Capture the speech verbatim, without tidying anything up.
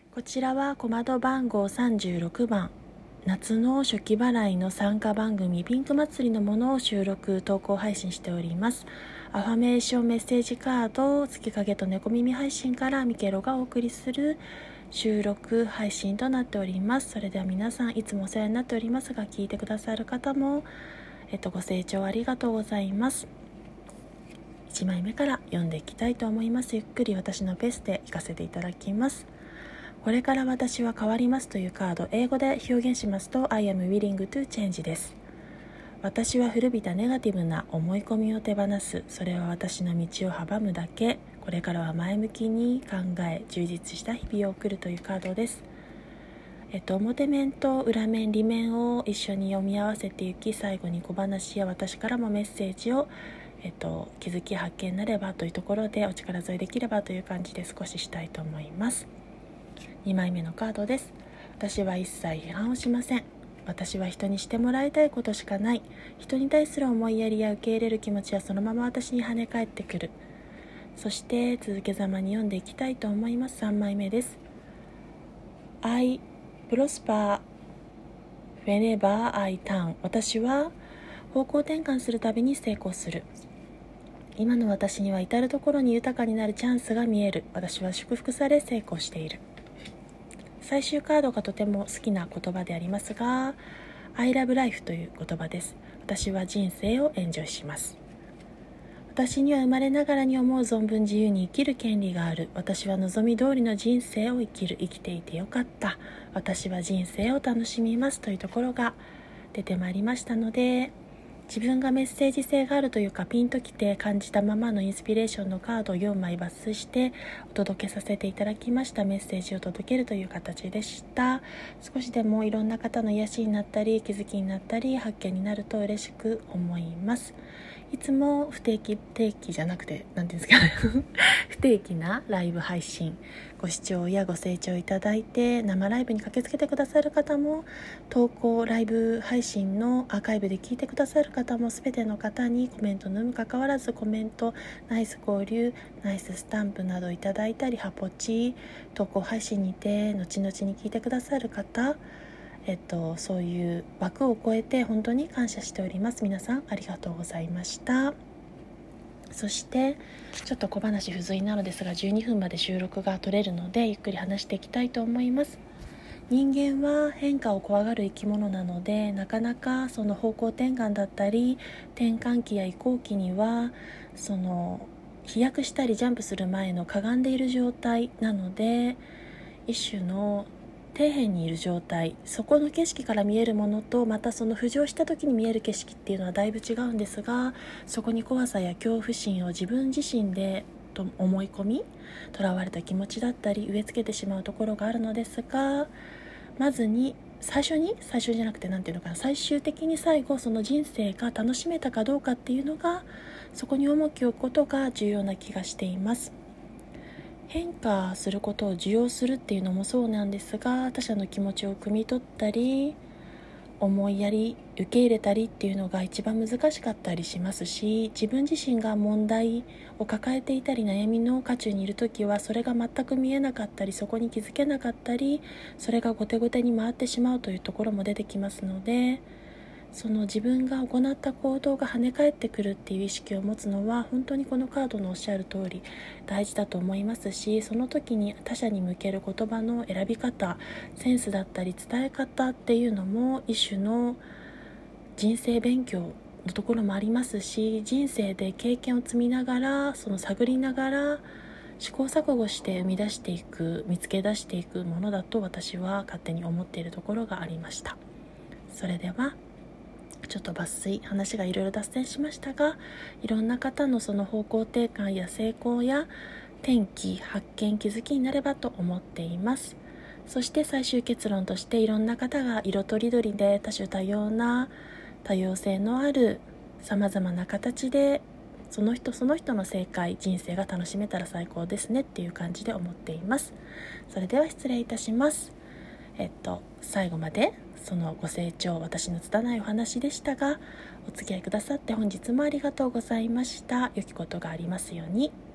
こちらは小窓番号さんじゅうろくばん、夏の初期払いの参加番組ピンク祭りのものを収録投稿配信しております。アファメーションメッセージカード月影と猫耳配信からミケロがお送りする収録配信となっております。それでは皆さん、いつもお世話になっておりますが、聞いてくださる方も、えっと、ご清聴ありがとうございます。いちまいめから読んでいきたいと思います。ゆっくり私のペースで行かせていただきます。これから私は変わりますというカード、英語で表現しますと I am willing to change です。私は古びたネガティブな思い込みを手放す。それは私の道を阻むだけ。これからは前向きに考え、充実した日々を送るというカードです。えっと、表面と裏面、裏面を一緒に読み合わせていき、最後に小話や私からもメッセージをえっと、気づき発見になればというところでお力添えできればという感じで少ししたいと思います。にまいめのカードです。私は一切批判をしません。私は人にしてもらいたいことしかない。人に対する思いやりや受け入れる気持ちはそのまま私に跳ね返ってくる。そして続けざまに読んでいきたいと思います。さんまいめです。 I prosper whenever I turn。 私は方向転換するたびに成功する。今の私には至るところに豊かになるチャンスが見える。私は祝福され成功している。最終カードがとても好きな言葉でありますが、 I love life という言葉です。私は人生をエンジョイします。私には生まれながらに思う存分自由に生きる権利がある。私は望み通りの人生を生きる。生きていてよかった。私は人生を楽しみますというところが出てまいりましたので、自分がメッセージ性があるというか、ピンときて感じたままのインスピレーションのカードをよんまい抜粋してお届けさせていただきました。メッセージを届けるという形でした。少しでもいろんな方の癒しになったり気づきになったり発見になると嬉しく思います。いつも不定期定期じゃなくて何て言うんですかね不定期なライブ配信ご視聴やご清聴いただいて、生ライブに駆けつけてくださる方も、投稿ライブ配信のアーカイブで聞いてくださる方も、全ての方にコメントの有無関わらずコメント、ナイス交流、ナイススタンプなどいただいたり、ハポチ投稿配信にて後々に聞いてくださる方、えっと、そういう枠を超えて本当に感謝しております。皆さんありがとうございました。そしてちょっと小話不随なのですが、じゅうにふんまで収録が取れるのでゆっくり話していきたいと思います。人間は変化を怖がる生き物なので、なかなかその方向転換だったり転換期や移行期にはその飛躍したりジャンプする前のかがんでいる状態なので、一種の底辺にいる状態、そこの景色から見えるものと、またその浮上した時に見える景色っていうのはだいぶ違うんですが、そこに怖さや恐怖心を自分自身でと思い込み、とらわれた気持ちだったり植え付けてしまうところがあるのですが、まずに最初に最初じゃなくてなんていうのかな最終的に最後、その人生が楽しめたかどうかっていうのが、そこに重きを置くことが重要な気がしています。変化することを受容するっていうのもそうなんですが、他者の気持ちを汲み取ったり思いやり受け入れたりっていうのが一番難しかったりしますし、自分自身が問題を抱えていたり悩みの渦中にいるときはそれが全く見えなかったり、そこに気づけなかったり、それが後手後手に回ってしまうというところも出てきますので、その自分が行った行動が跳ね返ってくるっていう意識を持つのは本当にこのカードのおっしゃる通り大事だと思いますし、その時に他者に向ける言葉の選び方、センスだったり伝え方っていうのも一種の人生勉強のところもありますし、人生で経験を積みながら、その探りながら試行錯誤して生み出していく、見つけ出していくものだと私は勝手に思っているところがありました。それではちょっと抜粋、話がいろいろ脱線しましたが、いろんな方のその方向転換や成功や転機、発見、気づきになればと思っています。そして最終結論として、いろんな方が色とりどりで多種多様な多様性のあるさまざまな形でその人その人の正解、人生が楽しめたら最高ですねっていう感じで思っています。それでは失礼いたします。えっと最後までそのご清聴、私の拙いお話でしたがお付き合いくださって本日もありがとうございました。良きことがありますように。